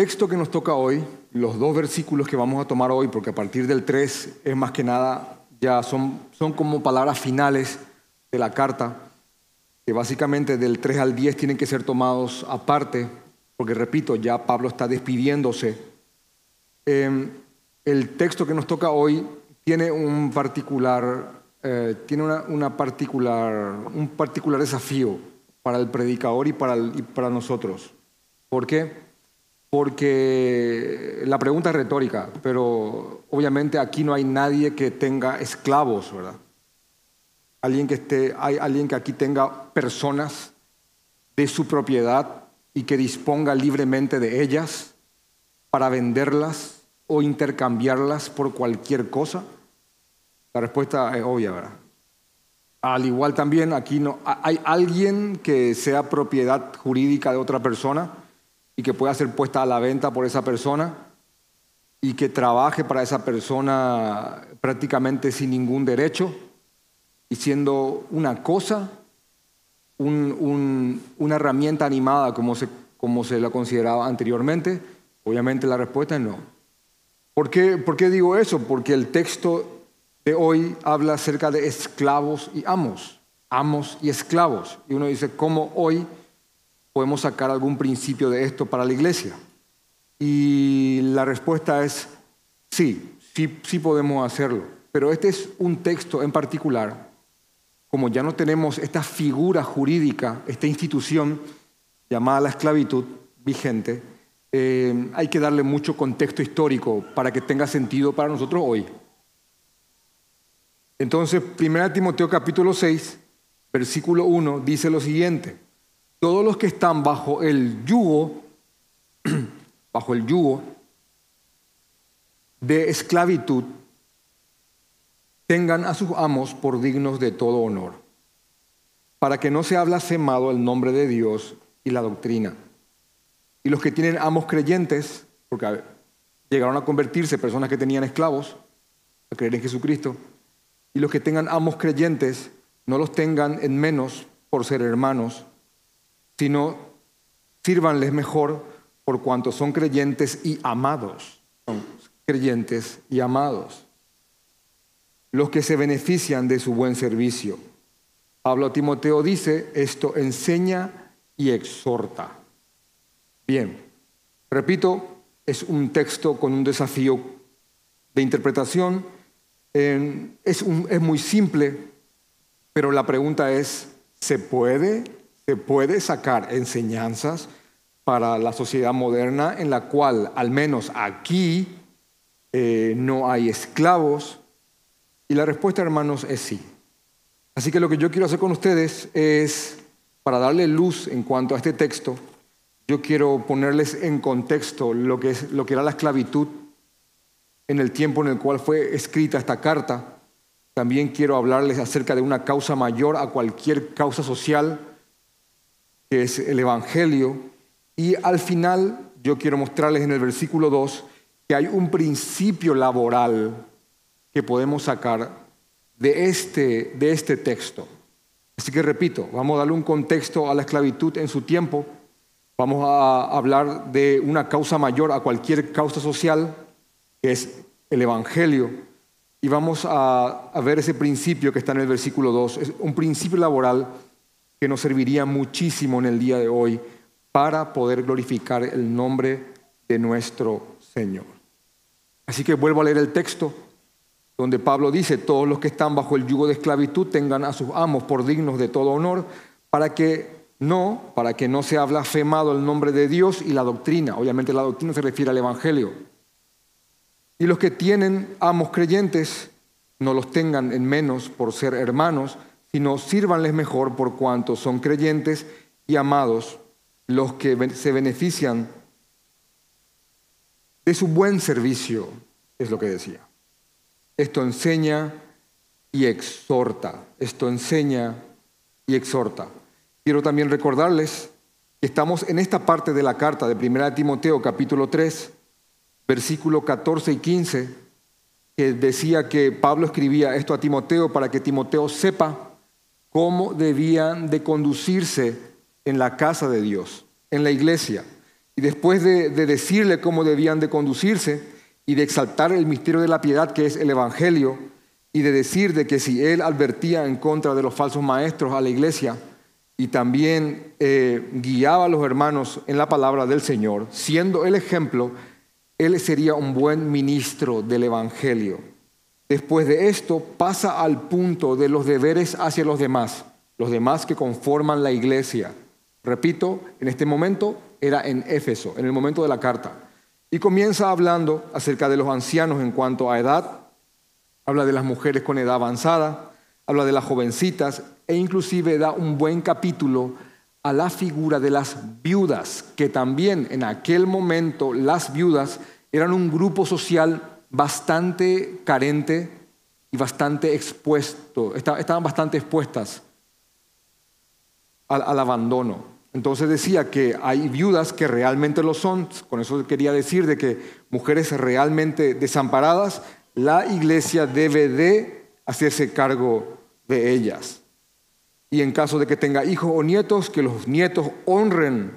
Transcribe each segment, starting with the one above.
texto que nos toca hoy, los dos versículos que vamos a tomar hoy, porque a partir del 3 es más que nada, ya son como palabras finales de la carta, que básicamente del 3 al 10 tienen que ser tomados aparte, porque repito, ya Pablo está despidiéndose. El texto que nos toca hoy tiene un particular desafío para el predicador y para nosotros. ¿Por qué? Porque la pregunta es retórica, pero obviamente aquí no hay nadie que tenga esclavos, ¿verdad? Hay alguien que aquí tenga personas de su propiedad y que disponga libremente de ellas para venderlas o intercambiarlas por cualquier cosa. La respuesta es obvia, ¿verdad? Al igual también aquí no hay alguien que sea propiedad jurídica de otra persona y que pueda ser puesta a la venta por esa persona y que trabaje para esa persona prácticamente sin ningún derecho y siendo una cosa, una herramienta animada como se la consideraba anteriormente. Obviamente la respuesta es no. ¿Por qué digo eso? Porque el texto de hoy habla acerca de esclavos y amos y esclavos. Y uno dice, ¿cómo hoy podemos sacar algún principio de esto para la iglesia? Y la respuesta es sí podemos hacerlo. Pero este es un texto en particular, como ya no tenemos esta figura jurídica, esta institución llamada la esclavitud vigente, hay que darle mucho contexto histórico para que tenga sentido para nosotros hoy. Entonces, 1 Timoteo capítulo 6, versículo 1, dice lo siguiente: todos los que están bajo el yugo de esclavitud, tengan a sus amos por dignos de todo honor, para que no sea blasfemado el nombre de Dios y la doctrina. Y los que tienen amos creyentes, porque llegaron a convertirse personas que tenían esclavos, a creer en Jesucristo, y los que tengan amos creyentes, no los tengan en menos por ser hermanos, sino sírvanles mejor por cuanto son creyentes y amados. Son creyentes y amados. Los que se benefician de su buen servicio. Pablo a Timoteo dice, esto enseña y exhorta. Bien, repito, es un texto con un desafío de interpretación. Es muy simple, pero la pregunta es, ¿se puede sacar enseñanzas para la sociedad moderna en la cual, al menos aquí, no hay esclavos? Y la respuesta, hermanos, es sí. Así que lo que yo quiero hacer con ustedes es, para darle luz en cuanto a este texto, yo quiero ponerles en contexto lo que era la esclavitud en el tiempo en el cual fue escrita esta carta. También quiero hablarles acerca de una causa mayor a cualquier causa social, que es el Evangelio. Y al final yo quiero mostrarles en el versículo 2 que hay un principio laboral que podemos sacar de este texto. Así que repito, vamos a darle un contexto a la esclavitud en su tiempo. Vamos a hablar de una causa mayor a cualquier causa social, que es el Evangelio. Y vamos a ver ese principio que está en el versículo 2. Es un principio laboral que nos serviría muchísimo en el día de hoy para poder glorificar el nombre de nuestro Señor. Así que vuelvo a leer el texto donde Pablo dice, todos los que están bajo el yugo de esclavitud tengan a sus amos por dignos de todo honor, para que no sea blasfemado el nombre de Dios y la doctrina. Obviamente la doctrina se refiere al Evangelio. Y los que tienen amos creyentes no los tengan en menos por ser hermanos, sino sírvanles mejor por cuanto son creyentes y amados, los que se benefician de su buen servicio, es lo que decía. Esto enseña y exhorta. Esto enseña y exhorta. Quiero también recordarles que estamos en esta parte de la carta de 1 Timoteo, capítulo 3, versículo 14 y 15, que decía que Pablo escribía esto a Timoteo para que Timoteo sepa cómo debían de conducirse en la casa de Dios, en la iglesia. Y después de decirle cómo debían de conducirse y de exaltar el misterio de la piedad, que es el Evangelio, y de decir de que si él advertía en contra de los falsos maestros a la iglesia y también guiaba a los hermanos en la palabra del Señor, siendo el ejemplo, él sería un buen ministro del Evangelio. Después de esto pasa al punto de los deberes hacia los demás que conforman la iglesia. Repito, en este momento era en Éfeso, en el momento de la carta. Y comienza hablando acerca de los ancianos en cuanto a edad, habla de las mujeres con edad avanzada, habla de las jovencitas e inclusive da un buen capítulo a la figura de las viudas, que también en aquel momento las viudas eran un grupo social bastante carente y bastante expuesto, estaban bastante expuestas al abandono. Entonces decía que hay viudas que realmente lo son, con eso quería decir de que mujeres realmente desamparadas, la iglesia debe de hacerse cargo de ellas. Y en caso de que tenga hijos o nietos, que los nietos honren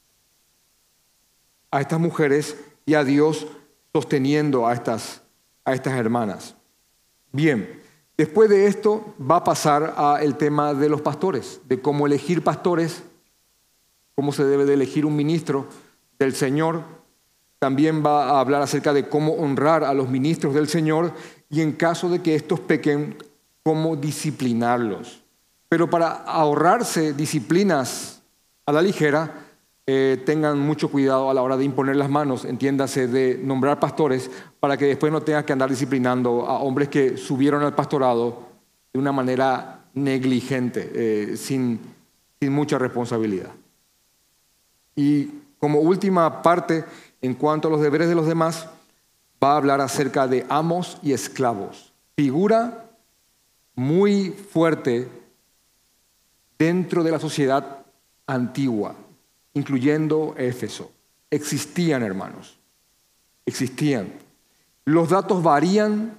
a estas mujeres y a Dios sosteniendo a estas hermanas. Bien, después de esto va a pasar al tema de los pastores, de cómo elegir pastores, cómo se debe de elegir un ministro del Señor. También va a hablar acerca de cómo honrar a los ministros del Señor y en caso de que estos pequen, cómo disciplinarlos. Pero para ahorrarse disciplinas a la ligera, tengan mucho cuidado a la hora de imponer las manos, entiéndase de nombrar pastores, para que después no tengan que andar disciplinando a hombres que subieron al pastorado de una manera negligente, sin mucha responsabilidad. Y como última parte, en cuanto a los deberes de los demás, va a hablar acerca de amos y esclavos. Figura muy fuerte dentro de la sociedad antigua, incluyendo Éfeso. Existían, hermanos, existían. Los datos varían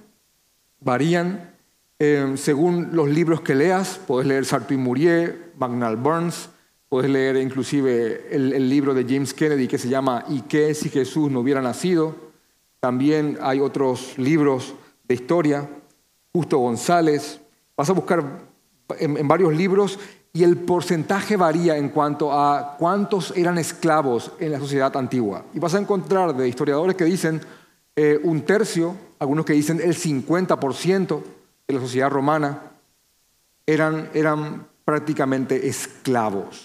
según los libros que leas. Puedes leer Sartre y Murier, Magnal Burns, puedes leer inclusive el libro de James Kennedy que se llama ¿Y qué si Jesús no hubiera nacido? También hay otros libros de historia, Justo González. Vas a buscar en varios libros y el porcentaje varía en cuanto a cuántos eran esclavos en la sociedad antigua. Y vas a encontrar de historiadores que dicen un tercio, algunos que dicen el 50% de la sociedad romana eran prácticamente esclavos.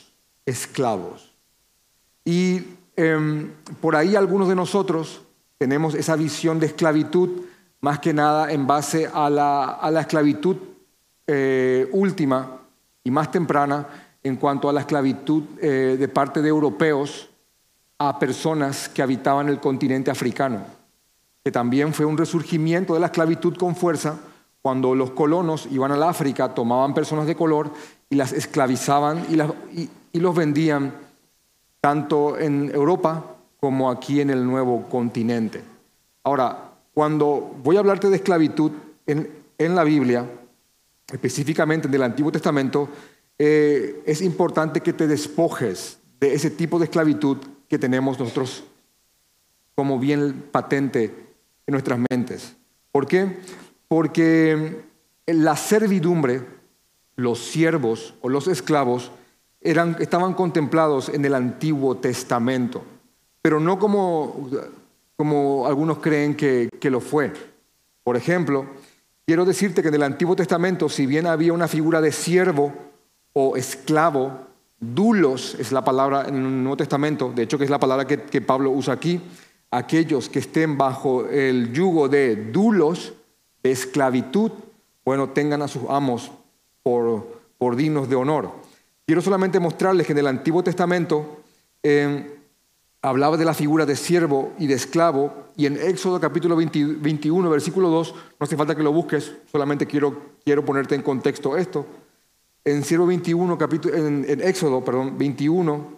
Y por ahí algunos de nosotros tenemos esa visión de esclavitud más que nada en base a la esclavitud última y más temprana en cuanto a la esclavitud de parte de europeos a personas que habitaban el continente africano, que también fue un resurgimiento de la esclavitud con fuerza cuando los colonos iban al África, tomaban personas de color y las esclavizaban y los vendían tanto en Europa como aquí en el nuevo continente. Ahora, cuando voy a hablarte de esclavitud en la Biblia, específicamente en el Antiguo Testamento, es importante que te despojes de ese tipo de esclavitud que tenemos nosotros como bien patente en nuestras mentes. ¿Por qué? Porque la servidumbre, los siervos o los esclavos estaban contemplados en el Antiguo Testamento, pero no como algunos creen que lo fue. Por ejemplo, quiero decirte que en el Antiguo Testamento, si bien había una figura de siervo o esclavo, dulos es la palabra en el Nuevo Testamento, de hecho que es la palabra que Pablo usa aquí, aquellos que estén bajo el yugo de dulos, de esclavitud, bueno, tengan a sus amos por dignos de honor. Quiero solamente mostrarles que en el Antiguo Testamento hablaba de la figura de siervo y de esclavo, y en Éxodo capítulo 21, versículo 2, no hace falta que lo busques, solamente quiero ponerte en contexto esto. En Éxodo 21,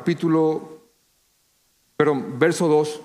verso 2,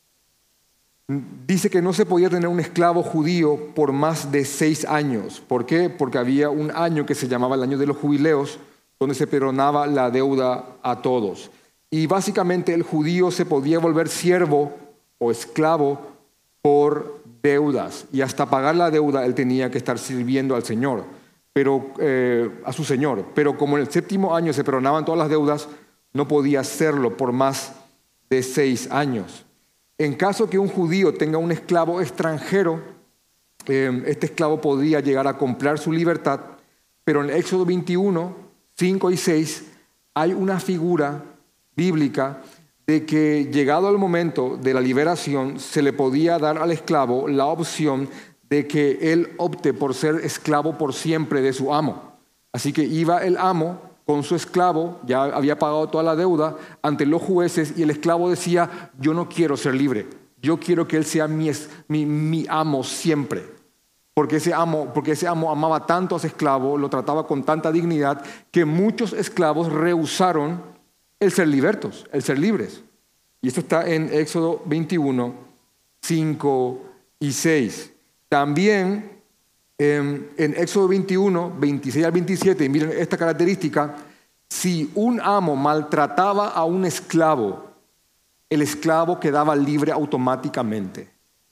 dice que no se podía tener un esclavo judío por más de 6 años. ¿Por qué? Porque había un año que se llamaba el año de los jubileos, donde se perdonaba la deuda a todos. Y básicamente el judío se podía volver siervo o esclavo por deudas. Y hasta pagar la deuda él tenía que estar sirviendo al Señor, a su Señor. Pero como en el 7º año se perdonaban todas las deudas, no podía hacerlo por más de 6 años. En caso que un judío tenga un esclavo extranjero, este esclavo podría llegar a comprar su libertad, pero en Éxodo 21, 5 y 6 hay una figura bíblica de que llegado el momento de la liberación se le podía dar al esclavo la opción de que él opte por ser esclavo por siempre de su amo. Así que iba el amo con su esclavo, ya había pagado toda la deuda, ante los jueces, y el esclavo decía: yo no quiero ser libre, yo quiero que él sea mi amo siempre. Porque ese amo amaba tanto a ese esclavo, lo trataba con tanta dignidad, que muchos esclavos rehusaron el ser libertos, el ser libres. Y esto está en Éxodo 21, 5 y 6. También en Éxodo 21, 26 al 27, y miren esta característica: si un amo maltrataba a un esclavo, el esclavo quedaba libre automáticamente.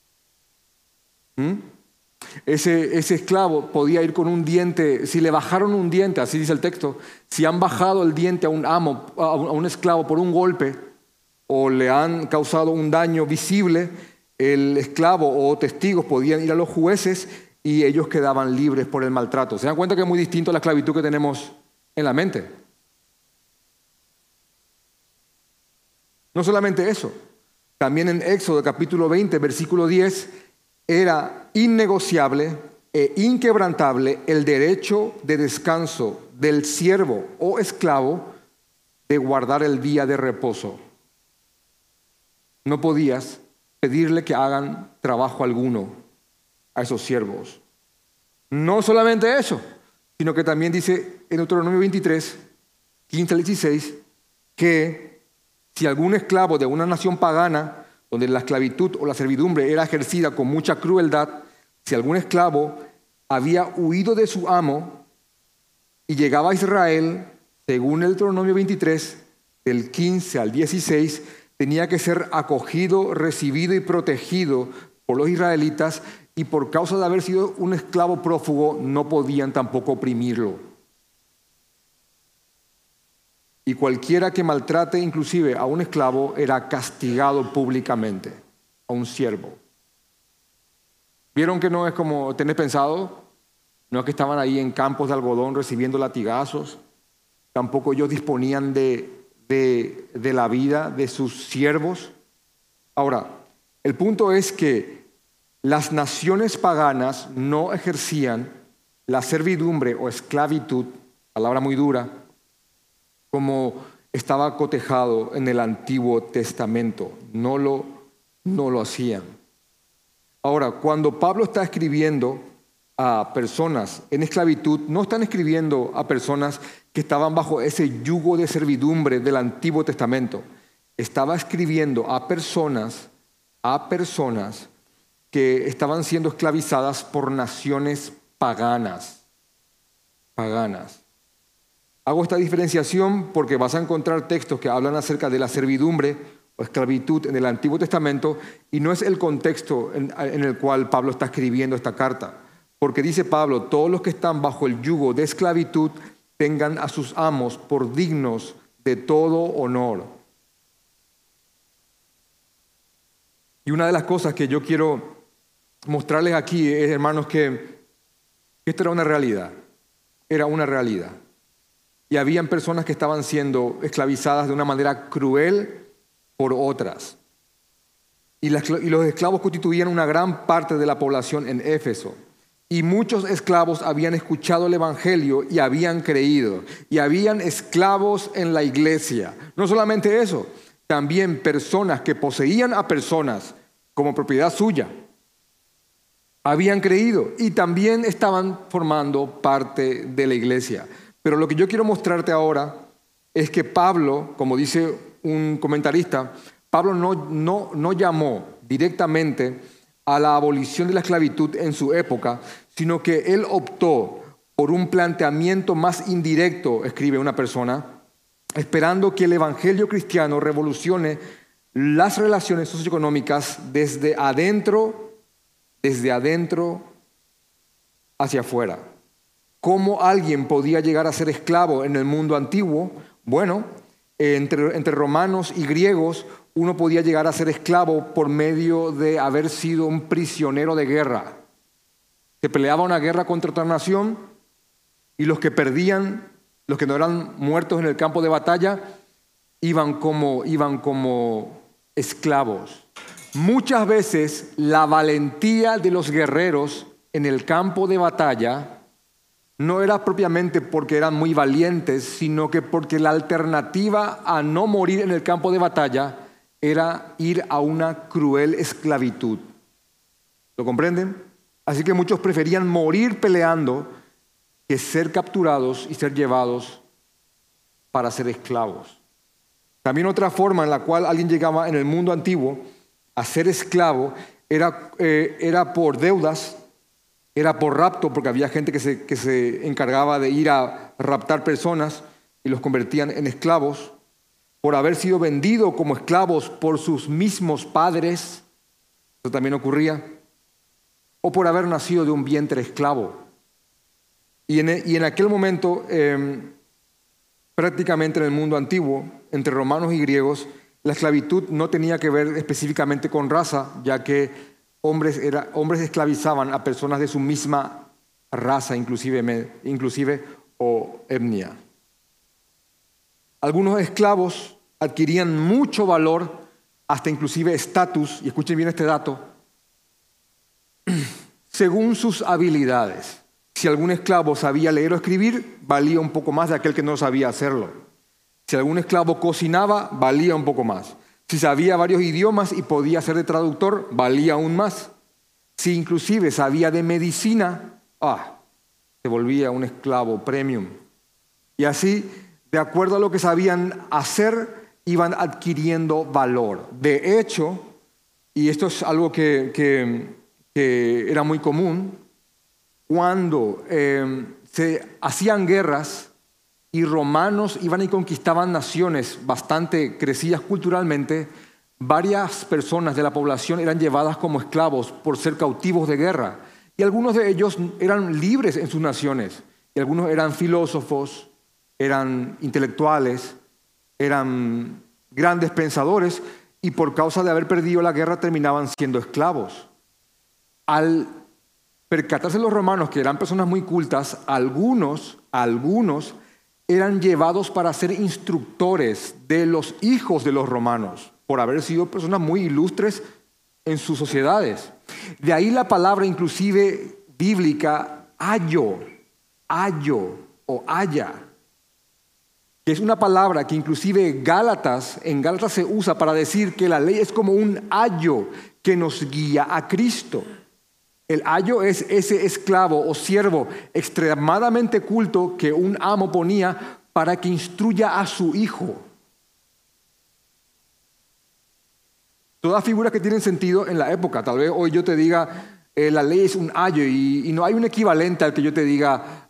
Ese esclavo podía ir con un diente, si le bajaron un diente, así dice el texto, si han bajado el diente a un esclavo por un golpe o le han causado un daño visible, el esclavo o testigos podían ir a los jueces y ellos quedaban libres por el maltrato. ¿Se dan cuenta que es muy distinto a la esclavitud que tenemos en la mente? No solamente eso, también en Éxodo capítulo 20, versículo 10, era innegociable e inquebrantable el derecho de descanso del siervo o esclavo de guardar el día de reposo. No podías pedirle que hagan trabajo alguno a esos siervos. No solamente eso, sino que también dice en Deuteronomio 23, 15 al 16, que si algún esclavo de una nación pagana, donde la esclavitud o la servidumbre era ejercida con mucha crueldad, si algún esclavo había huido de su amo y llegaba a Israel, según el Deuteronomio 23, del 15 al 16, tenía que ser acogido, recibido y protegido por los israelitas, y por causa de haber sido un esclavo prófugo no podían tampoco oprimirlo. Y cualquiera que maltrate inclusive a un esclavo era castigado públicamente, a un siervo. ¿Vieron que no es como tenés pensado? No es que estaban ahí en campos de algodón recibiendo latigazos. Tampoco ellos disponían de la vida de sus siervos. Ahora, el punto es que las naciones paganas no ejercían la servidumbre o esclavitud, palabra muy dura, como estaba cotejado en el Antiguo Testamento. No lo hacían. Ahora, cuando Pablo está escribiendo a personas en esclavitud, no están escribiendo a personas que estaban bajo ese yugo de servidumbre del Antiguo Testamento. Estaba escribiendo a personas que estaban siendo esclavizadas por naciones paganas. Hago esta diferenciación porque vas a encontrar textos que hablan acerca de la servidumbre o esclavitud en el Antiguo Testamento, y no es el contexto en el cual Pablo está escribiendo esta carta. Porque dice Pablo: todos los que están bajo el yugo de esclavitud tengan a sus amos por dignos de todo honor. Y una de las cosas que yo quiero mostrarles aquí es, hermanos, que esto era una realidad. Era una realidad. Y habían personas que estaban siendo esclavizadas de una manera cruel por otras. Y los esclavos constituían una gran parte de la población en Éfeso. Y muchos esclavos habían escuchado el Evangelio y habían creído. Y habían esclavos en la iglesia. No solamente eso, también personas que poseían a personas como propiedad suya habían creído y también estaban formando parte de la iglesia. Pero lo que yo quiero mostrarte ahora es que Pablo, como dice un comentarista, Pablo no llamó directamente a la abolición de la esclavitud en su época, sino que él optó por un planteamiento más indirecto, escribe una persona, esperando que el evangelio cristiano revolucione las relaciones socioeconómicas desde adentro hacia afuera. ¿Cómo alguien podía llegar a ser esclavo en el mundo antiguo? Bueno, entre romanos y griegos, uno podía llegar a ser esclavo por medio de haber sido un prisionero de guerra. Se peleaba una guerra contra otra nación y los que perdían, los que no eran muertos en el campo de batalla, iban como esclavos. Muchas veces la valentía de los guerreros en el campo de batalla no era propiamente porque eran muy valientes, sino que porque la alternativa a no morir en el campo de batalla era ir a una cruel esclavitud. ¿Lo comprenden? Así que muchos preferían morir peleando que ser capturados y ser llevados para ser esclavos. También otra forma en la cual alguien llegaba en el mundo antiguo a ser esclavo era por deudas, era por rapto, porque había gente que se encargaba de ir a raptar personas y los convertían en esclavos, por haber sido vendido como esclavos por sus mismos padres, eso también ocurría, o por haber nacido de un vientre esclavo. Y en aquel momento, prácticamente en el mundo antiguo, entre romanos y griegos, la esclavitud no tenía que ver específicamente con raza, ya que hombres esclavizaban a personas de su misma raza, inclusive o etnia. Algunos esclavos adquirían mucho valor, hasta inclusive estatus, y escuchen bien este dato, según sus habilidades. Si algún esclavo sabía leer o escribir, valía un poco más de aquel que no sabía hacerlo. Si algún esclavo cocinaba, valía un poco más. Si sabía varios idiomas y podía ser de traductor, valía aún más. Si inclusive sabía de medicina, se volvía un esclavo premium. Y así, de acuerdo a lo que sabían hacer, iban adquiriendo valor. De hecho, y esto es algo que era muy común, cuando se hacían guerras y romanos iban y conquistaban naciones bastante crecidas culturalmente, varias personas de la población eran llevadas como esclavos por ser cautivos de guerra. Y algunos de ellos eran libres en sus naciones. Y algunos eran filósofos, eran intelectuales, eran grandes pensadores, y por causa de haber perdido la guerra terminaban siendo esclavos. Al percatarse los romanos que eran personas muy cultas, algunos eran llevados para ser instructores de los hijos de los romanos, por haber sido personas muy ilustres en sus sociedades. De ahí la palabra inclusive bíblica, ayo o haya, que es una palabra que inclusive en Gálatas se usa para decir que la ley es como un ayo que nos guía a Cristo. El ayo es ese esclavo o siervo extremadamente culto que un amo ponía para que instruya a su hijo. Todas figuras que tienen sentido en la época. Tal vez hoy yo te diga, la ley es un ayo y no hay un equivalente al que yo te diga,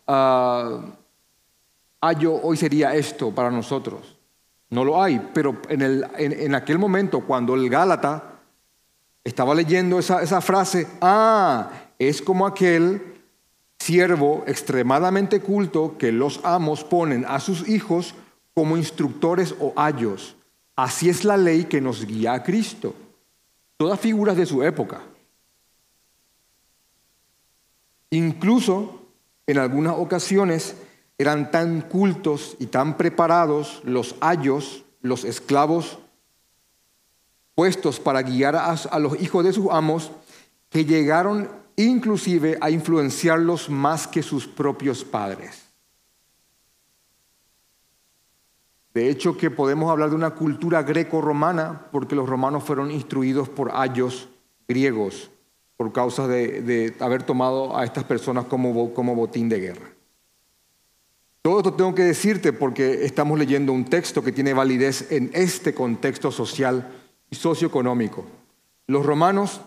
ayo hoy sería esto para nosotros. No lo hay, pero en aquel momento cuando el Gálata estaba leyendo esa frase, es como aquel siervo extremadamente culto que los amos ponen a sus hijos como instructores o ayos. Así es la ley que nos guía a Cristo. Todas figuras de su época. Incluso en algunas ocasiones eran tan cultos y tan preparados los ayos, los esclavos puestos para guiar a los hijos de sus amos, que llegaron inclusive a influenciarlos más que sus propios padres. De hecho, que podemos hablar de una cultura greco-romana porque los romanos fueron instruidos por ayos griegos por causa de haber tomado a estas personas como botín de guerra. Todo esto tengo que decirte porque estamos leyendo un texto que tiene validez en este contexto social y socioeconómico. Los romanos,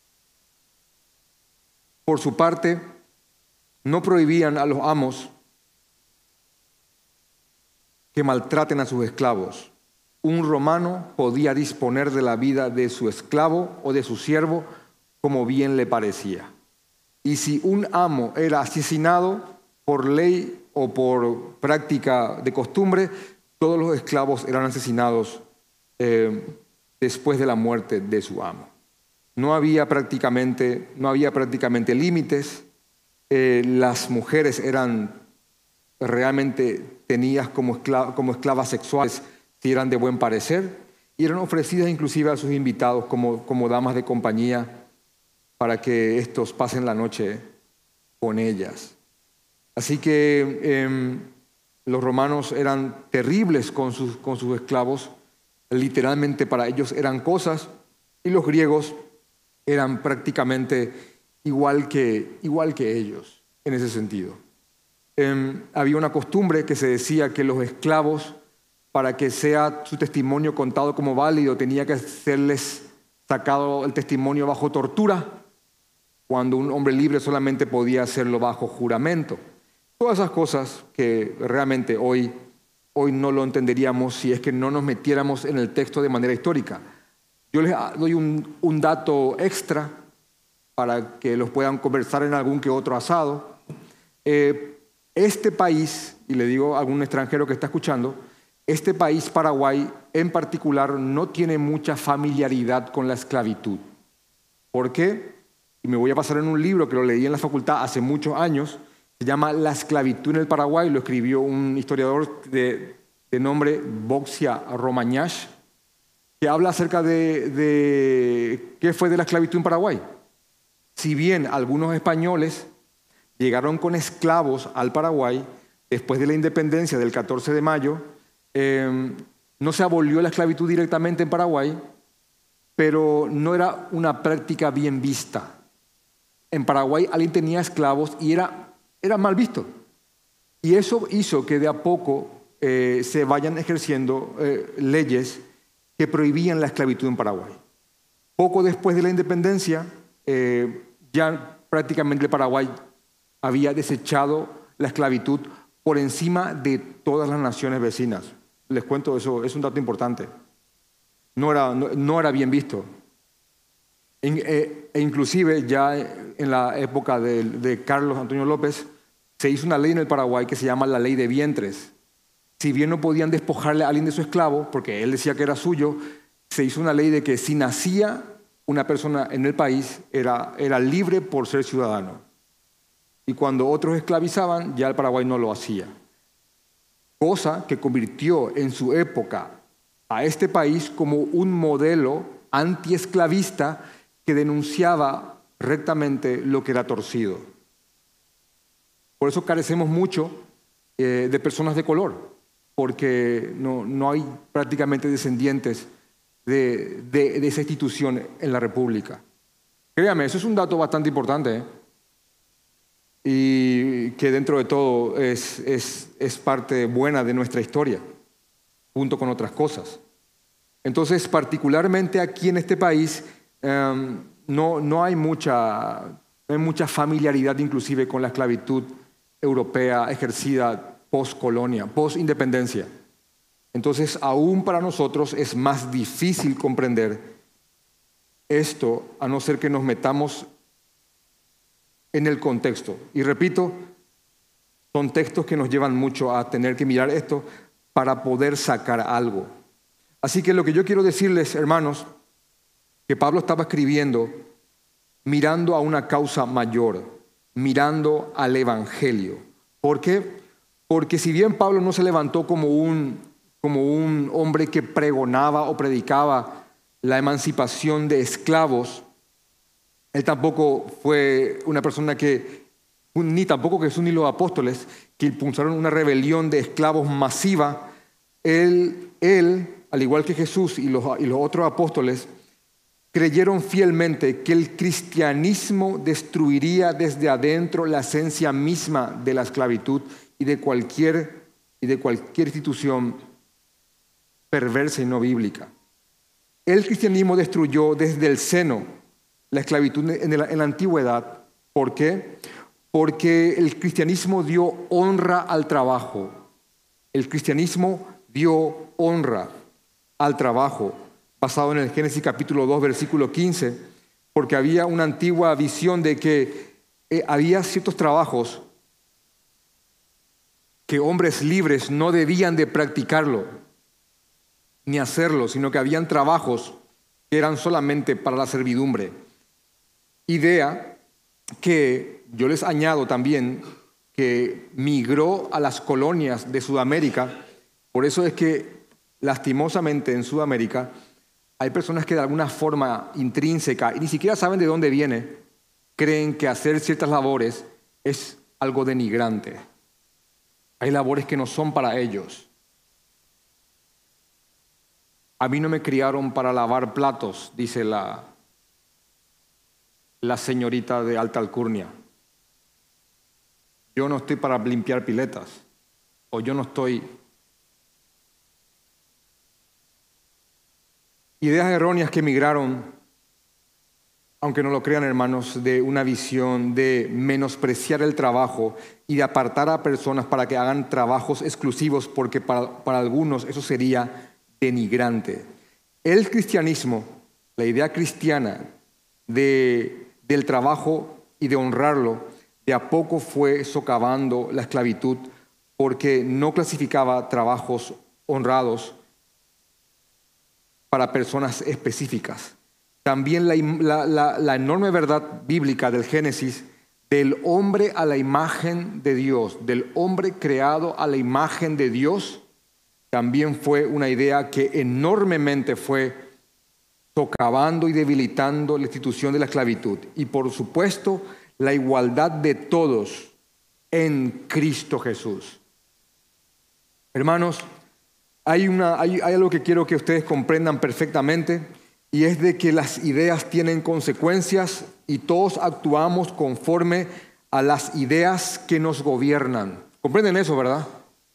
por su parte, no prohibían a los amos que maltraten a sus esclavos. Un romano podía disponer de la vida de su esclavo o de su siervo como bien le parecía. Y si un amo era asesinado por ley o por práctica de costumbre, todos los esclavos eran asesinados después de la muerte de su amo. No había prácticamente límites. Las mujeres eran realmente tenidas como esclavas sexuales si eran de buen parecer, y eran ofrecidas inclusive a sus invitados como damas de compañía para que estos pasen la noche con ellas. Así que los romanos eran terribles con sus esclavos, literalmente para ellos eran cosas, y los griegos eran prácticamente igual que ellos en ese sentido. Había una costumbre que se decía que los esclavos, para que sea su testimonio contado como válido, tenía que serles sacado el testimonio bajo tortura, cuando un hombre libre solamente podía hacerlo bajo juramento. Todas esas cosas que realmente hoy no lo entenderíamos si es que no nos metiéramos en el texto de manera histórica. Yo les doy un dato extra para que los puedan conversar en algún que otro asado. Este país, y le digo a algún extranjero que está escuchando, este país, Paraguay, en particular, no tiene mucha familiaridad con la esclavitud. ¿Por qué? Y me voy a pasar en un libro que lo leí en la facultad hace muchos años, se llama La esclavitud en el Paraguay, lo escribió un historiador de nombre Boxia Romañash, que habla acerca de qué fue de la esclavitud en Paraguay. Si bien algunos españoles llegaron con esclavos al Paraguay después de la independencia del 14 de mayo, no se abolió la esclavitud directamente en Paraguay, pero no era una práctica bien vista. En Paraguay alguien tenía esclavos y era mal visto. Y eso hizo que de a poco se vayan ejerciendo leyes que prohibían la esclavitud en Paraguay. Poco después de la independencia, ya prácticamente el Paraguay había desechado la esclavitud por encima de todas las naciones vecinas. Les cuento eso, es un dato importante. No era bien visto. E inclusive ya en la época de Carlos Antonio López se hizo una ley en el Paraguay que se llama la ley de vientres. Si bien no podían despojarle a alguien de su esclavo, porque él decía que era suyo, se hizo una ley de que si nacía una persona en el país, era libre por ser ciudadano. Y cuando otros esclavizaban, ya el Paraguay no lo hacía. Cosa que convirtió en su época a este país como un modelo antiesclavista que denunciaba rectamente lo que era torcido. Por eso carecemos mucho de personas de color, porque no hay prácticamente descendientes de esa institución en la República. Créame, eso es un dato bastante importante, y que dentro de todo es parte buena de nuestra historia, junto con otras cosas. Entonces, particularmente aquí en este país, no hay mucha familiaridad inclusive con la esclavitud europea ejercida post-colonia, post-independencia. Entonces, aún para nosotros es más difícil comprender esto, a no ser que nos metamos en el contexto. Y repito, son textos que nos llevan mucho a tener que mirar esto para poder sacar algo. Así que lo que yo quiero decirles, hermanos, que Pablo estaba escribiendo mirando a una causa mayor, mirando al Evangelio. ¿Por qué? Porque si bien Pablo no se levantó como un hombre que pregonaba o predicaba la emancipación de esclavos, él tampoco fue una persona ni tampoco Jesús ni los apóstoles, que impulsaron una rebelión de esclavos masiva. Él, al igual que Jesús y los otros apóstoles, creyeron fielmente que el cristianismo destruiría desde adentro la esencia misma de la esclavitud y de cualquier institución perversa y no bíblica. El cristianismo destruyó desde el seno la esclavitud en la antigüedad. ¿Por qué? Porque el cristianismo dio honra al trabajo El cristianismo dio honra al trabajo, basado en el Génesis capítulo 2, versículo 15, porque había una antigua visión de que había ciertos trabajos que hombres libres no debían de practicarlo ni hacerlo, sino que habían trabajos que eran solamente para la servidumbre. Idea que yo les añado también que migró a las colonias de Sudamérica. Por eso es que lastimosamente en Sudamérica hay personas que de alguna forma intrínseca, y ni siquiera saben de dónde viene, creen que hacer ciertas labores es algo denigrante. Hay labores que no son para ellos. A mí no me criaron para lavar platos, dice la señorita de alta alcurnia. Yo no estoy para limpiar piletas, o yo no estoy. Ideas erróneas que migraron, aunque no lo crean hermanos, de una visión de menospreciar el trabajo y de apartar a personas para que hagan trabajos exclusivos, porque para algunos eso sería denigrante. El cristianismo, la idea cristiana del trabajo y de honrarlo, de a poco fue socavando la esclavitud, porque no clasificaba trabajos honrados para personas específicas. También la enorme verdad bíblica del Génesis, del hombre a la imagen de Dios, del hombre creado a la imagen de Dios, también fue una idea que enormemente fue socavando y debilitando la institución de la esclavitud. Y por supuesto, la igualdad de todos en Cristo Jesús. Hermanos, hay algo que quiero que ustedes comprendan perfectamente, y es de que las ideas tienen consecuencias y todos actuamos conforme a las ideas que nos gobiernan. ¿Comprenden eso, verdad?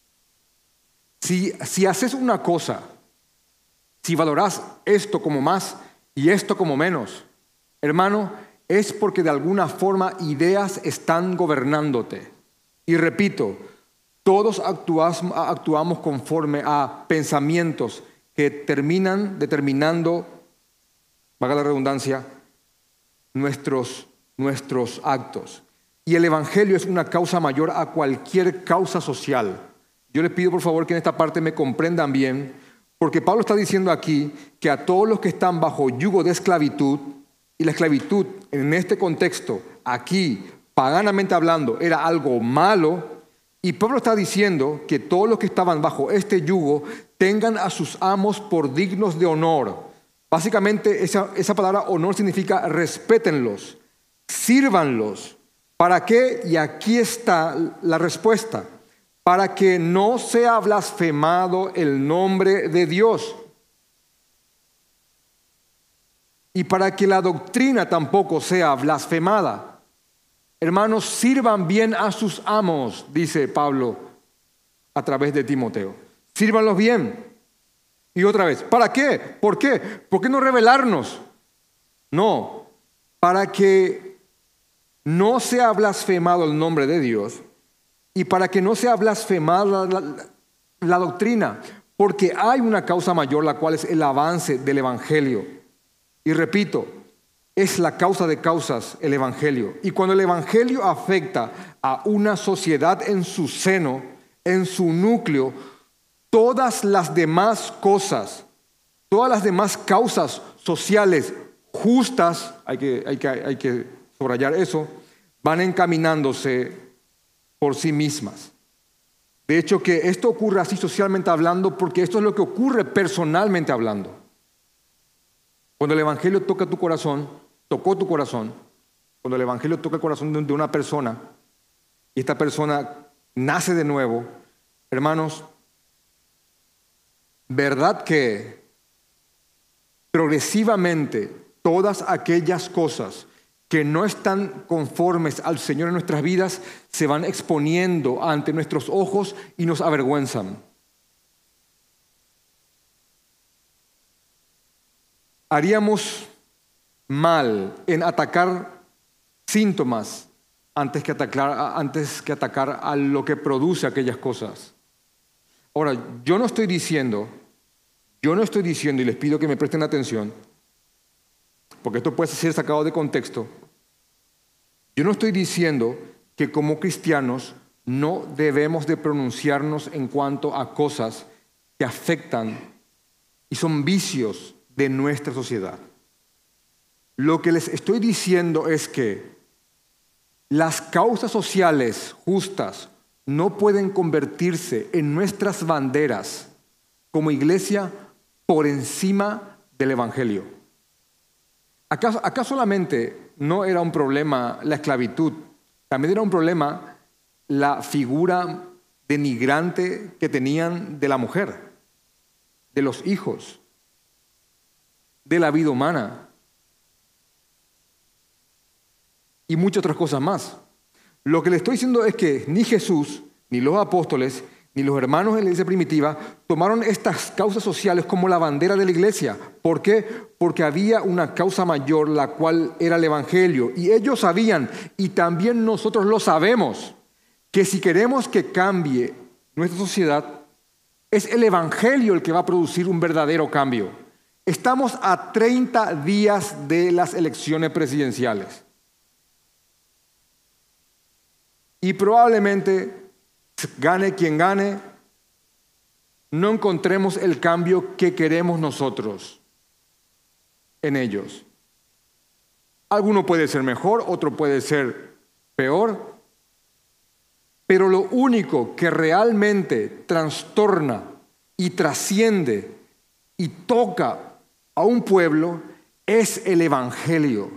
Si haces una cosa, si valoras esto como más y esto como menos, hermano, es porque de alguna forma ideas están gobernándote. Y repito, todos actuamos conforme a pensamientos que terminan determinando, valga la redundancia, nuestros actos. Y el Evangelio es una causa mayor a cualquier causa social. Yo les pido por favor que en esta parte me comprendan bien, porque Pablo está diciendo aquí que a todos los que están bajo yugo de esclavitud, y la esclavitud en este contexto, aquí, paganamente hablando, era algo malo, y Pablo está diciendo que todos los que estaban bajo este yugo tengan a sus amos por dignos de honor. Básicamente esa palabra honor significa respétenlos, sírvanlos. ¿Para qué? Y aquí está la respuesta. Para que no sea blasfemado el nombre de Dios. Y para que la doctrina tampoco sea blasfemada. Hermanos, sirvan bien a sus amos, dice Pablo a través de Timoteo. Sírvanlos bien. Y otra vez, ¿para qué? ¿Por qué? ¿Por qué no rebelarnos? No, para que no sea blasfemado el nombre de Dios y para que no sea blasfemada la doctrina, porque hay una causa mayor, la cual es el avance del Evangelio. Y repito, es la causa de causas el Evangelio. Y cuando el Evangelio afecta a una sociedad en su seno, en su núcleo, todas las demás cosas, todas las demás causas sociales justas, hay que subrayar eso, van encaminándose por sí mismas. De hecho, que esto ocurre así socialmente hablando, porque esto es lo que ocurre personalmente hablando. Cuando el Evangelio toca tu corazón, tocó tu corazón, cuando el Evangelio toca el corazón de una persona y esta persona nace de nuevo, hermanos, verdad que progresivamente todas aquellas cosas que no están conformes al Señor en nuestras vidas se van exponiendo ante nuestros ojos y nos avergüenzan. Haríamos mal en atacar síntomas antes que atacar a lo que produce aquellas cosas. Ahora, yo no estoy diciendo, y les pido que me presten atención, porque esto puede ser sacado de contexto. Yo no estoy diciendo que como cristianos no debemos de pronunciarnos en cuanto a cosas que afectan y son vicios de nuestra sociedad. Lo que les estoy diciendo es que las causas sociales justas no pueden convertirse en nuestras banderas como iglesia por encima del Evangelio. Acá solamente no era un problema la esclavitud, también era un problema la figura denigrante que tenían de la mujer, de los hijos, de la vida humana y muchas otras cosas más. Lo que le estoy diciendo es que ni Jesús, ni los apóstoles, ni los hermanos de la iglesia primitiva tomaron estas causas sociales como la bandera de la iglesia. ¿Por qué? Porque había una causa mayor, la cual era el Evangelio. Y ellos sabían, y también nosotros lo sabemos, que si queremos que cambie nuestra sociedad, es el Evangelio el que va a producir un verdadero cambio. Estamos a 30 días de las elecciones presidenciales. Y probablemente, gane quien gane, no encontremos el cambio que queremos nosotros en ellos. Alguno puede ser mejor, otro puede ser peor, pero lo único que realmente trastorna y trasciende y toca a un pueblo es el Evangelio.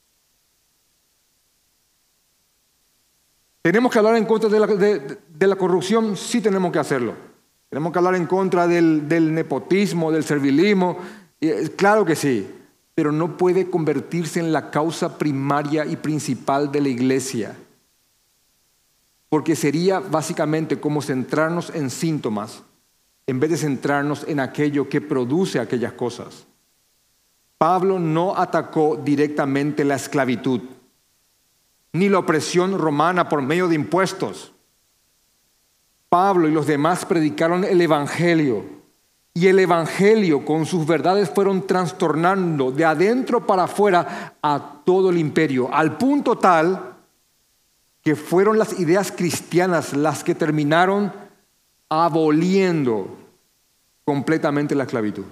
¿Tenemos que hablar en contra de la corrupción? Sí, tenemos que hacerlo. Tenemos que hablar en contra del nepotismo, del servilismo. Claro que sí, pero no puede convertirse en la causa primaria y principal de la iglesia. Porque sería básicamente como centrarnos en síntomas en vez de centrarnos en aquello que produce aquellas cosas. Pablo no atacó directamente la esclavitud, ni la opresión romana por medio de impuestos. Pablo y los demás predicaron el Evangelio, y el Evangelio con sus verdades fueron trastornando de adentro para afuera a todo el imperio, al punto tal que fueron las ideas cristianas las que terminaron aboliendo completamente la esclavitud.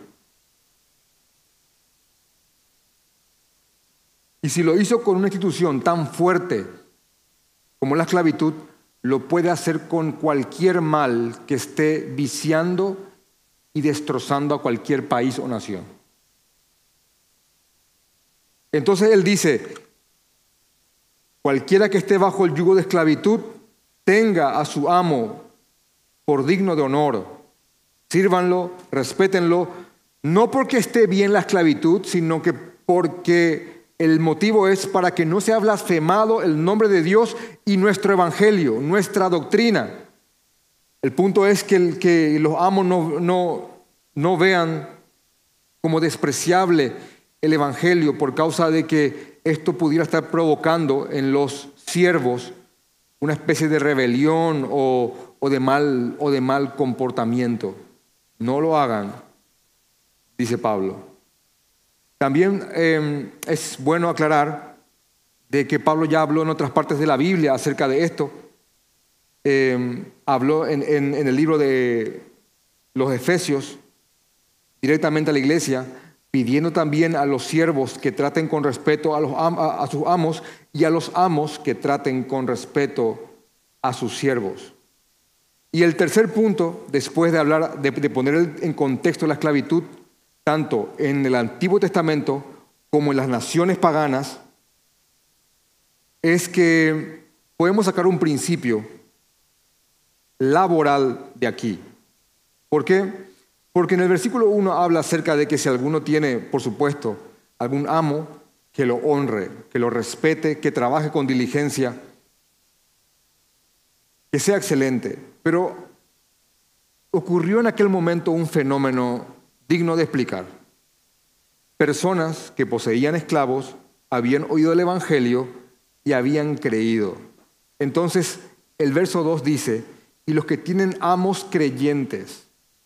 Y si lo hizo con una institución tan fuerte como la esclavitud, lo puede hacer con cualquier mal que esté viciando y destrozando a cualquier país o nación. Entonces él dice, cualquiera que esté bajo el yugo de esclavitud, tenga a su amo por digno de honor. Sírvanlo, respétenlo, no porque esté bien la esclavitud, sino que porque el motivo es para que no sea blasfemado el nombre de Dios y nuestro evangelio, nuestra doctrina. El punto es que los amos no vean como despreciable el evangelio por causa de que esto pudiera estar provocando en los siervos una especie de rebelión o de mal comportamiento. No lo hagan, dice Pablo. También es bueno aclarar de que Pablo ya habló en otras partes de la Biblia acerca de esto. Habló en el libro de los Efesios directamente a la iglesia, pidiendo también a los siervos que traten con respeto a sus amos y a los amos que traten con respeto a sus siervos. Y el tercer punto, después de hablar de poner en contexto la esclavitud, tanto en el Antiguo Testamento como en las naciones paganas, es que podemos sacar un principio laboral de aquí. ¿Por qué? Porque en el versículo 1 habla acerca de que si alguno tiene, por supuesto, algún amo, que lo honre, que lo respete, que trabaje con diligencia, que sea excelente. Pero ocurrió en aquel momento un fenómeno digno de explicar. Personas que poseían esclavos habían oído el Evangelio y habían creído. Entonces, el verso 2 dice, y los que tienen amos creyentes,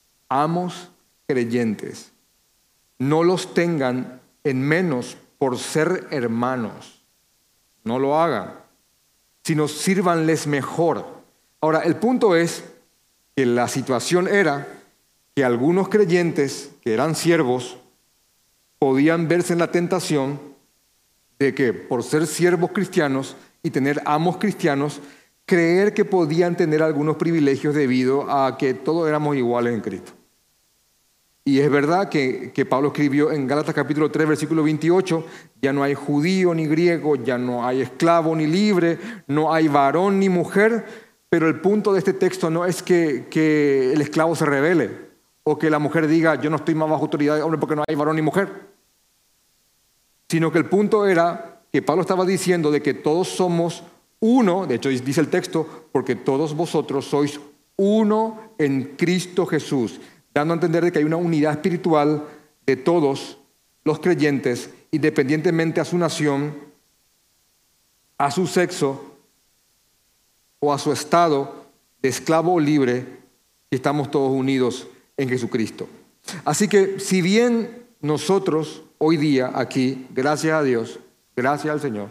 no los tengan en menos por ser hermanos. No lo hagan, sino sírvanles mejor. Ahora, el punto es que la situación era que algunos creyentes que eran siervos podían verse en la tentación de que por ser siervos cristianos y tener amos cristianos, creer que podían tener algunos privilegios debido a que todos éramos iguales en Cristo. Y es verdad que Pablo escribió en Gálatas capítulo 3, versículo 28, ya no hay judío ni griego, ya no hay esclavo ni libre, no hay varón ni mujer, pero el punto de este texto no es que el esclavo se rebele o que la mujer diga yo no estoy más bajo autoridad de hombre porque no hay varón ni mujer, sino que el punto era que Pablo estaba diciendo de que todos somos uno, de hecho dice el texto, porque todos vosotros sois uno en Cristo Jesús, dando a entender de que hay una unidad espiritual de todos los creyentes, independientemente a su nación, a su sexo o a su estado de esclavo o libre, y estamos todos unidos en Jesucristo. Así que si bien nosotros hoy día aquí, gracias a Dios, gracias al Señor,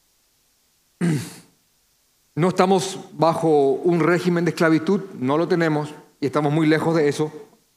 no estamos bajo un régimen de esclavitud, no lo tenemos y estamos muy lejos de eso.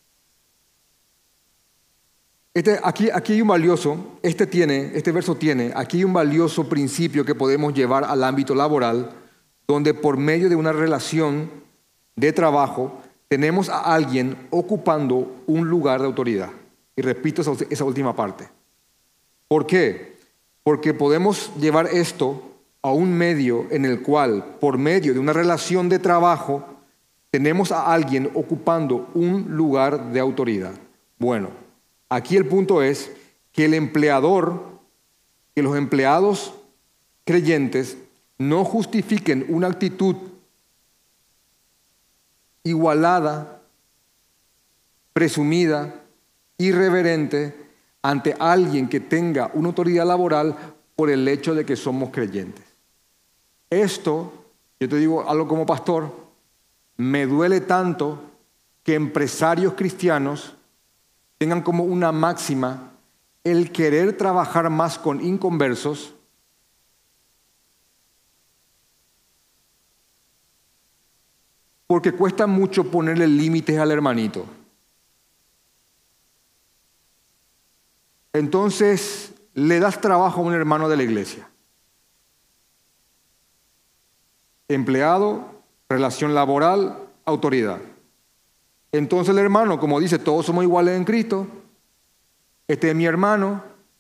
Aquí hay un valioso, este verso tiene, aquí hay un valioso principio que podemos llevar al ámbito laboral, donde por medio de una relación de trabajo tenemos a alguien ocupando un lugar de autoridad. Y repito esa última parte. ¿Por qué? Porque podemos llevar esto a un medio en el cual, por medio de una relación de trabajo, tenemos a alguien ocupando un lugar de autoridad. Bueno, aquí el punto es que que los empleados creyentes no justifiquen una actitud igualada, presumida, irreverente ante alguien que tenga una autoridad laboral por el hecho de que somos creyentes. Esto, yo te digo algo como pastor, me duele tanto que empresarios cristianos tengan como una máxima el querer trabajar más con inconversos porque cuesta mucho ponerle límites al hermanito. Entonces le das trabajo a un hermano de la iglesia. Empleado, relación laboral, autoridad. Entonces el hermano, como dice, todos somos iguales en Cristo, este es mi hermano,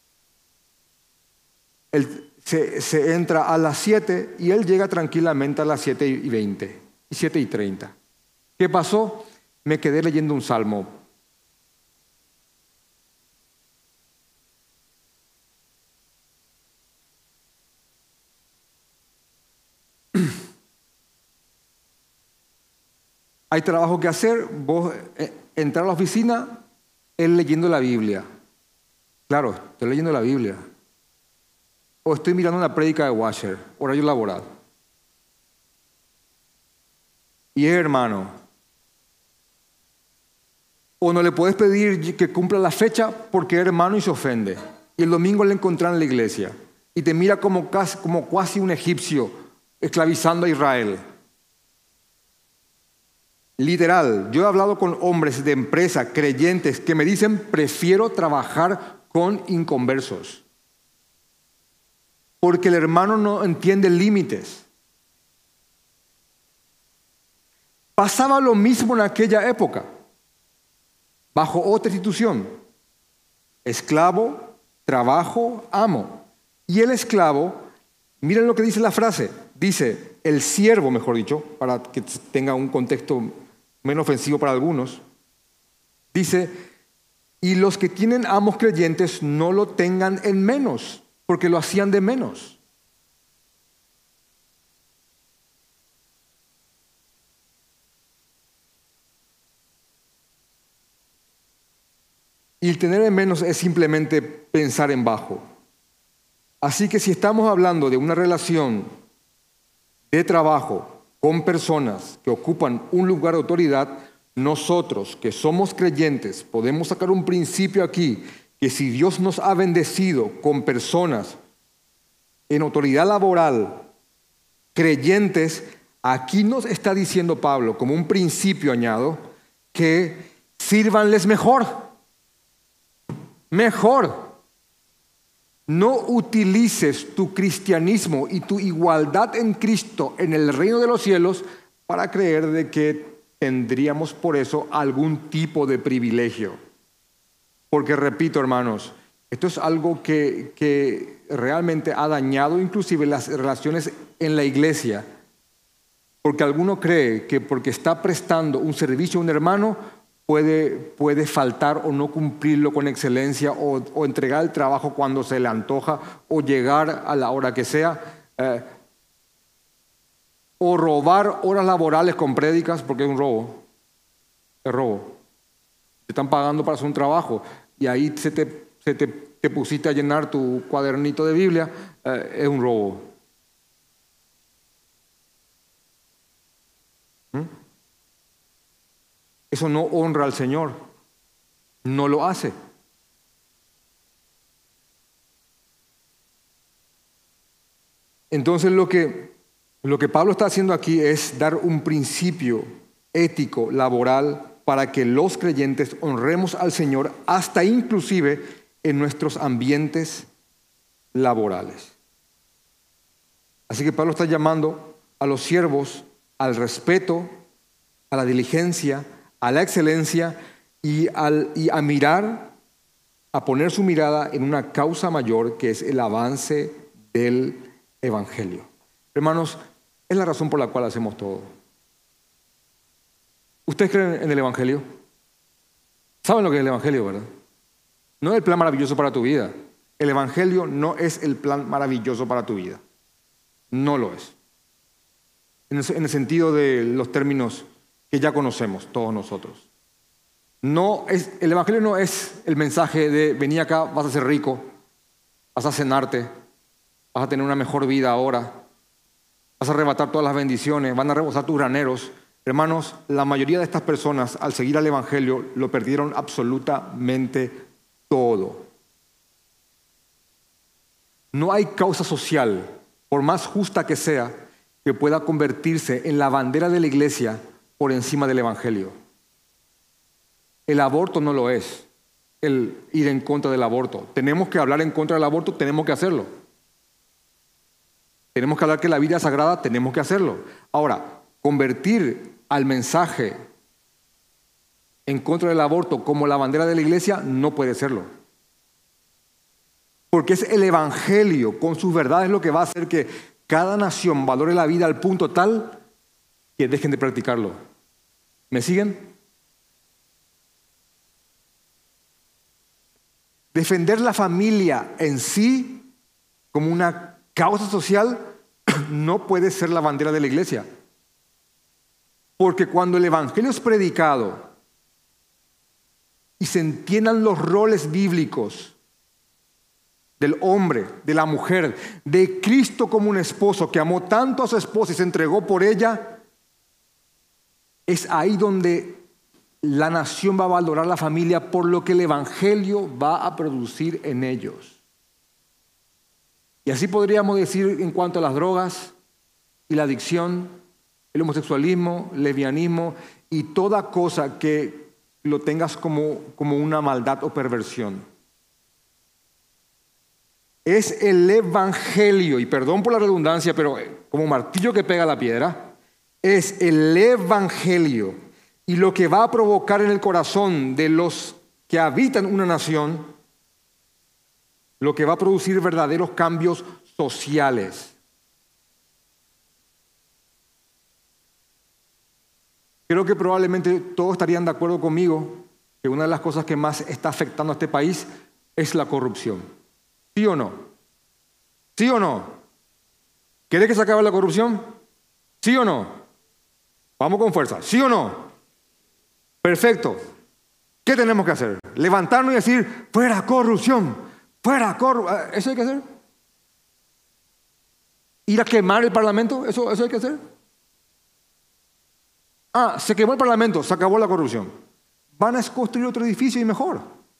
él se entra a las 7 y él llega tranquilamente a las 7:20 y 7:30. ¿Qué pasó? Me quedé leyendo un salmo. Hay trabajo que hacer, vos entrar a la oficina, él leyendo la Biblia. Claro, estoy leyendo la Biblia. O estoy mirando una prédica de Washer, horario laboral. Y es hermano. O no le puedes pedir que cumpla la fecha porque es hermano y se ofende. Y el domingo le encontrás en la iglesia. Y te mira como casi un egipcio esclavizando a Israel. Literal, yo he hablado con hombres de empresa, creyentes, que me dicen, prefiero trabajar con inconversos. Porque el hermano no entiende límites. Pasaba lo mismo en aquella época, bajo otra institución. Esclavo, trabajo, amo. Y el esclavo, miren lo que dice la frase, dice, el siervo, mejor dicho, para que tenga un contexto menos ofensivo para algunos, dice, y los que tienen amos creyentes no lo tengan en menos, porque lo hacían de menos. Y el tener en menos es simplemente pensar en bajo. Así que si estamos hablando de una relación de trabajo con personas que ocupan un lugar de autoridad, nosotros que somos creyentes podemos sacar un principio aquí, que si Dios nos ha bendecido con personas en autoridad laboral, creyentes, aquí nos está diciendo Pablo, como un principio añado, que sírvanles mejor. Mejor. No utilices tu cristianismo y tu igualdad en Cristo en el reino de los cielos para creer de que tendríamos por eso algún tipo de privilegio. Porque repito, hermanos, esto es algo que realmente ha dañado inclusive las relaciones en la iglesia. Porque alguno cree que porque está prestando un servicio a un hermano puede faltar o no cumplirlo con excelencia o entregar el trabajo cuando se le antoja o llegar a la hora que sea o robar horas laborales con prédicas, porque es un robo. Es robo. Te están pagando para hacer un trabajo y ahí te pusiste a llenar tu cuadernito de Biblia, es un robo. Eso no honra al Señor. No lo hace. Entonces lo que Pablo está haciendo aquí es dar un principio ético, laboral, para que los creyentes honremos al Señor hasta inclusive en nuestros ambientes laborales. Así que Pablo está llamando a los siervos al respeto, a la diligencia, a la excelencia y a mirar, a poner su mirada en una causa mayor que es el avance del Evangelio. Hermanos, es la razón por la cual hacemos todo. ¿Ustedes creen en el Evangelio? ¿Saben lo que es el Evangelio, verdad? No es el plan maravilloso para tu vida. El Evangelio no es el plan maravilloso para tu vida. No lo es. En el sentido de los términos que ya conocemos todos nosotros. El Evangelio no es el mensaje de vení acá, vas a ser rico, vas a cenarte, vas a tener una mejor vida ahora, vas a arrebatar todas las bendiciones, van a rebosar tus graneros. Hermanos, la mayoría de estas personas al seguir al Evangelio lo perdieron absolutamente todo. No hay causa social, por más justa que sea, que pueda convertirse en la bandera de la iglesia por encima del Evangelio. El aborto no lo es, el ir en contra del aborto. Tenemos que hablar en contra del aborto, tenemos que hacerlo. Tenemos que hablar que la vida es sagrada, tenemos que hacerlo. Ahora, convertir al mensaje en contra del aborto como la bandera de la iglesia no puede serlo. Porque es el Evangelio con sus verdades lo que va a hacer que cada nación valore la vida al punto tal que dejen de practicarlo. ¿Me siguen? Defender la familia en sí como una causa social no puede ser la bandera de la iglesia. Porque cuando el Evangelio es predicado y se entiendan los roles bíblicos del hombre, de la mujer, de Cristo como un esposo que amó tanto a su esposa y se entregó por ella, es ahí donde la nación va a valorar la familia por lo que el Evangelio va a producir en ellos. Y así podríamos decir en cuanto a las drogas y la adicción, el homosexualismo, el lesbianismo y toda cosa que lo tengas como una maldad o perversión. Es el Evangelio, y perdón por la redundancia, pero como martillo que pega la piedra, es el Evangelio y lo que va a provocar en el corazón de los que habitan una nación, lo que va a producir verdaderos cambios sociales. Creo que probablemente todos estarían de acuerdo conmigo que una de las cosas que más está afectando a este país es la corrupción. ¿Sí o no? ¿Sí o no? ¿Quieres que se acabe la corrupción? ¿Sí o no? Vamos con fuerza. ¿Sí o no? Perfecto. ¿Qué tenemos que hacer? Levantarnos y decir, fuera corrupción, fuera corrupción. ¿Eso hay que hacer? ¿Ir a quemar el parlamento? ¿Eso hay que hacer? Se quemó el Parlamento, se acabó la corrupción. Van a construir otro edificio y mejor.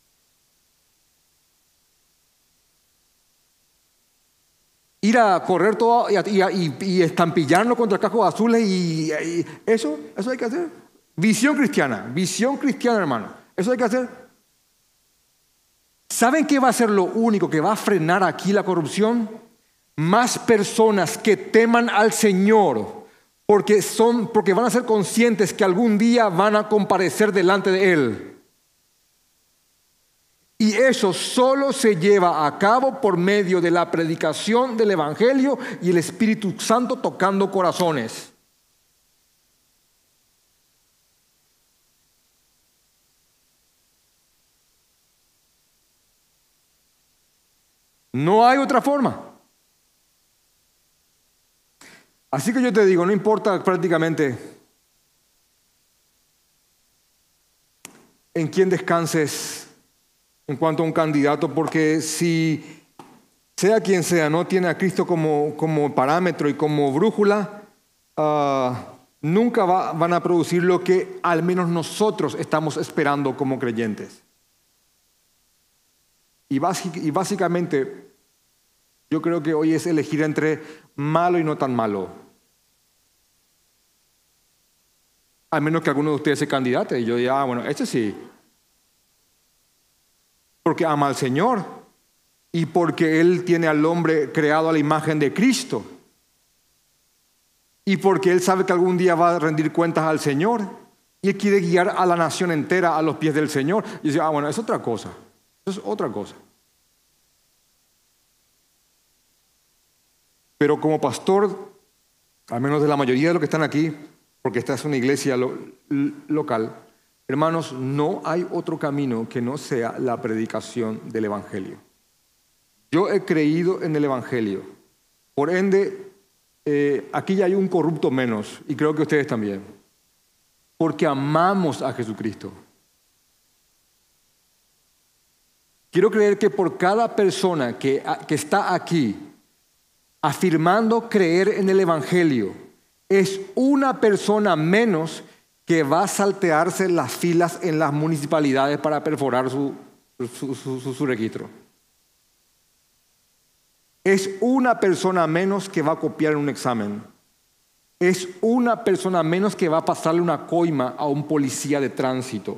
Ir a correr todo y estampillarnos contra cascos azules y eso hay que hacer. Visión cristiana, hermano. Eso hay que hacer. ¿Saben qué va a ser lo único que va a frenar aquí la corrupción? Más personas que teman al Señor, porque van a ser conscientes que algún día van a comparecer delante de Él. Y eso solo se lleva a cabo por medio de la predicación del Evangelio y el Espíritu Santo tocando corazones. No hay otra forma. Así que yo te digo, no importa prácticamente en quién descanses en cuanto a un candidato, porque si sea quien sea, no tiene a Cristo como parámetro y como brújula, nunca van a producir lo que al menos nosotros estamos esperando como creyentes. Y básicamente, yo creo que hoy es elegir entre malo y no tan malo. Al menos que alguno de ustedes se candidate y yo diga, bueno, este sí. Porque ama al Señor y porque Él tiene al hombre creado a la imagen de Cristo. Y porque Él sabe que algún día va a rendir cuentas al Señor y Él quiere guiar a la nación entera a los pies del Señor. Y dice, bueno, es otra cosa. Eso es otra cosa. Pero como pastor, al menos de la mayoría de los que están aquí, porque esta es una iglesia local, hermanos, no hay otro camino que no sea la predicación del Evangelio. Yo he creído en el Evangelio. Por ende, aquí ya hay un corrupto menos, y creo que ustedes también. Porque amamos a Jesucristo. Quiero creer que por cada persona que está aquí afirmando creer en el Evangelio, es una persona menos que va a saltearse las filas en las municipalidades para perforar su registro. Es una persona menos que va a copiar en un examen. Es una persona menos que va a pasarle una coima a un policía de tránsito.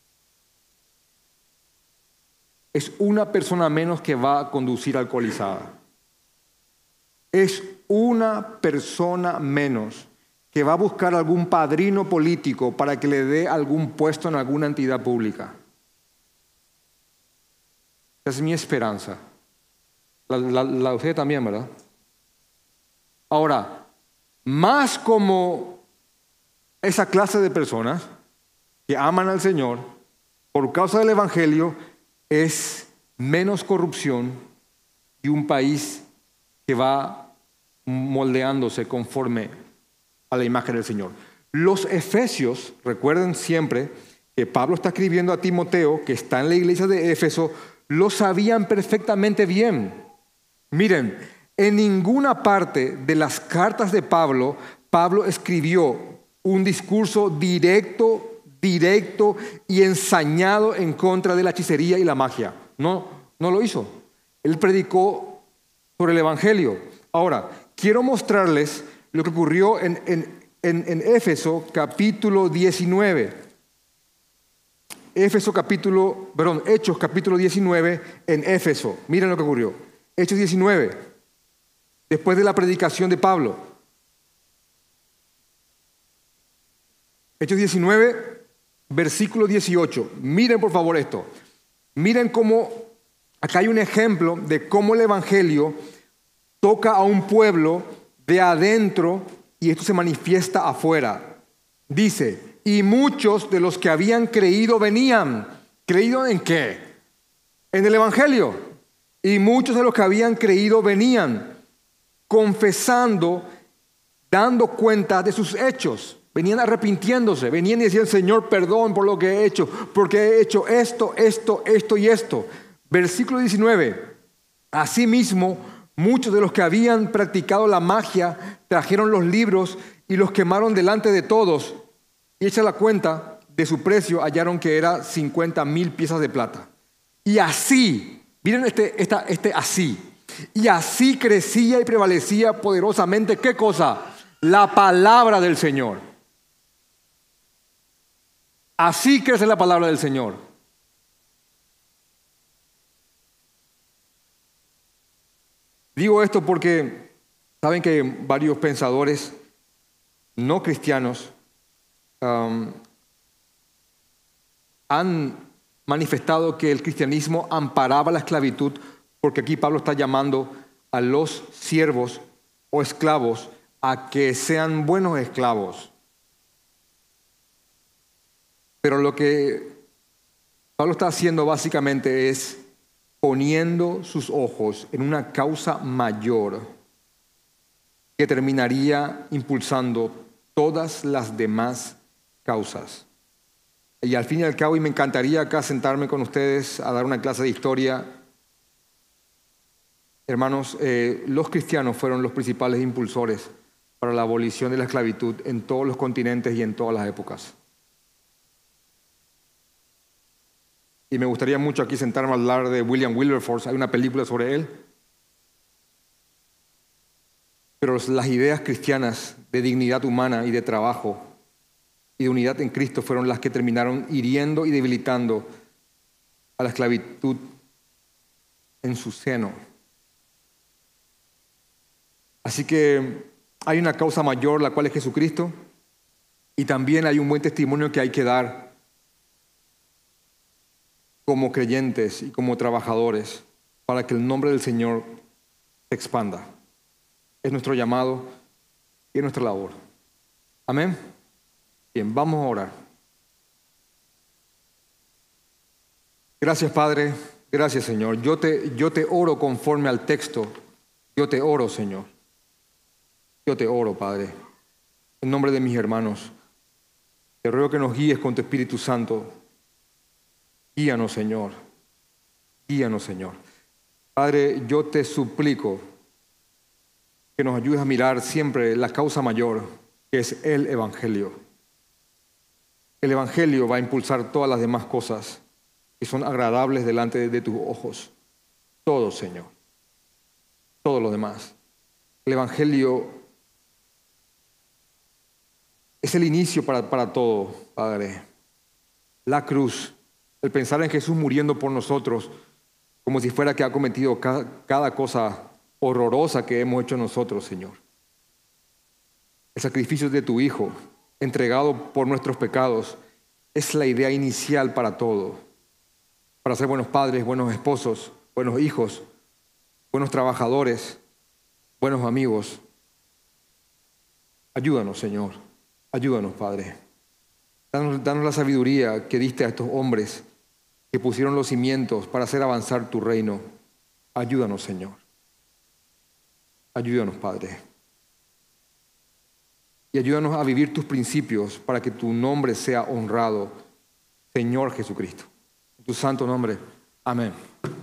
Es una persona menos que va a conducir alcoholizada. Es una persona menos que va a buscar algún padrino político para que le dé algún puesto en alguna entidad pública. Esa es mi esperanza. La de usted también, ¿verdad? Ahora, más como esa clase de personas que aman al Señor por causa del Evangelio, es menos corrupción y un país que va moldeándose conforme a la imagen del Señor. Los efesios, recuerden siempre que Pablo está escribiendo a Timoteo, que está en la iglesia de Éfeso, lo sabían perfectamente bien. Miren, en ninguna parte de las cartas de Pablo escribió un discurso directo y ensañado en contra de la hechicería y la magia. No lo hizo. Él predicó sobre el Evangelio. Ahora, quiero mostrarles lo que ocurrió en Éfeso capítulo 19. Hechos capítulo 19 en Éfeso. Miren lo que ocurrió. Hechos 19, después de la predicación de Pablo. Hechos 19, versículo 18. Miren por favor esto. Miren cómo acá hay un ejemplo de cómo el Evangelio toca a un pueblo de adentro y esto se manifiesta afuera. Dice, y muchos de los que habían creído venían. ¿Creído en qué? En el Evangelio. Y muchos de los que habían creído venían confesando, dando cuenta de sus hechos. Venían arrepintiéndose, venían y decían, Señor, perdón por lo que he hecho, porque he hecho esto y esto. Versículo 19. Asimismo, muchos de los que habían practicado la magia trajeron los libros y los quemaron delante de todos. Y hecha la cuenta de su precio, hallaron que era 50,000 piezas de plata. Y así, miren así. Y así crecía y prevalecía poderosamente, ¿qué cosa? La palabra del Señor. Así crece la palabra del Señor. Digo esto porque saben que varios pensadores no cristianos han manifestado que el cristianismo amparaba la esclavitud, porque aquí Pablo está llamando a los siervos o esclavos a que sean buenos esclavos. Pero lo que Pablo está haciendo básicamente es poniendo sus ojos en una causa mayor que terminaría impulsando todas las demás causas. Y al fin y al cabo, y me encantaría acá sentarme con ustedes a dar una clase de historia, hermanos, los cristianos fueron los principales impulsores para la abolición de la esclavitud en todos los continentes y en todas las épocas. Y me gustaría mucho aquí sentarme a hablar de William Wilberforce. Hay una película sobre él. Pero las ideas cristianas de dignidad humana y de trabajo y de unidad en Cristo fueron las que terminaron hiriendo y debilitando a la esclavitud en su seno. Así que hay una causa mayor, la cual es Jesucristo, y también hay un buen testimonio que hay que dar como creyentes y como trabajadores para que el nombre del Señor se expanda. Es nuestro llamado y es nuestra labor. Amén. Bien, vamos a orar. Gracias, Padre. Gracias, Señor. Yo te oro conforme al texto. Yo te oro, Señor. Yo te oro, Padre. En nombre de mis hermanos, te ruego que nos guíes con tu Espíritu Santo. Guíanos, Señor. Guíanos, Señor. Padre, yo te suplico que nos ayudes a mirar siempre la causa mayor, que es el Evangelio. El Evangelio va a impulsar todas las demás cosas que son agradables delante de tus ojos. Todo, Señor. Todo lo demás. El Evangelio es el inicio para todo, Padre. La cruz. El pensar en Jesús muriendo por nosotros como si fuera que ha cometido cada cosa horrorosa que hemos hecho nosotros, Señor. El sacrificio de tu Hijo, entregado por nuestros pecados, es la idea inicial para todo. Para ser buenos padres, buenos esposos, buenos hijos, buenos trabajadores, buenos amigos. Ayúdanos, Señor. Ayúdanos, Padre. Danos la sabiduría que diste a estos hombres que pusieron los cimientos para hacer avanzar tu reino. Ayúdanos, Señor. Ayúdanos, Padre. Y ayúdanos a vivir tus principios para que tu nombre sea honrado, Señor Jesucristo. En tu santo nombre. Amén.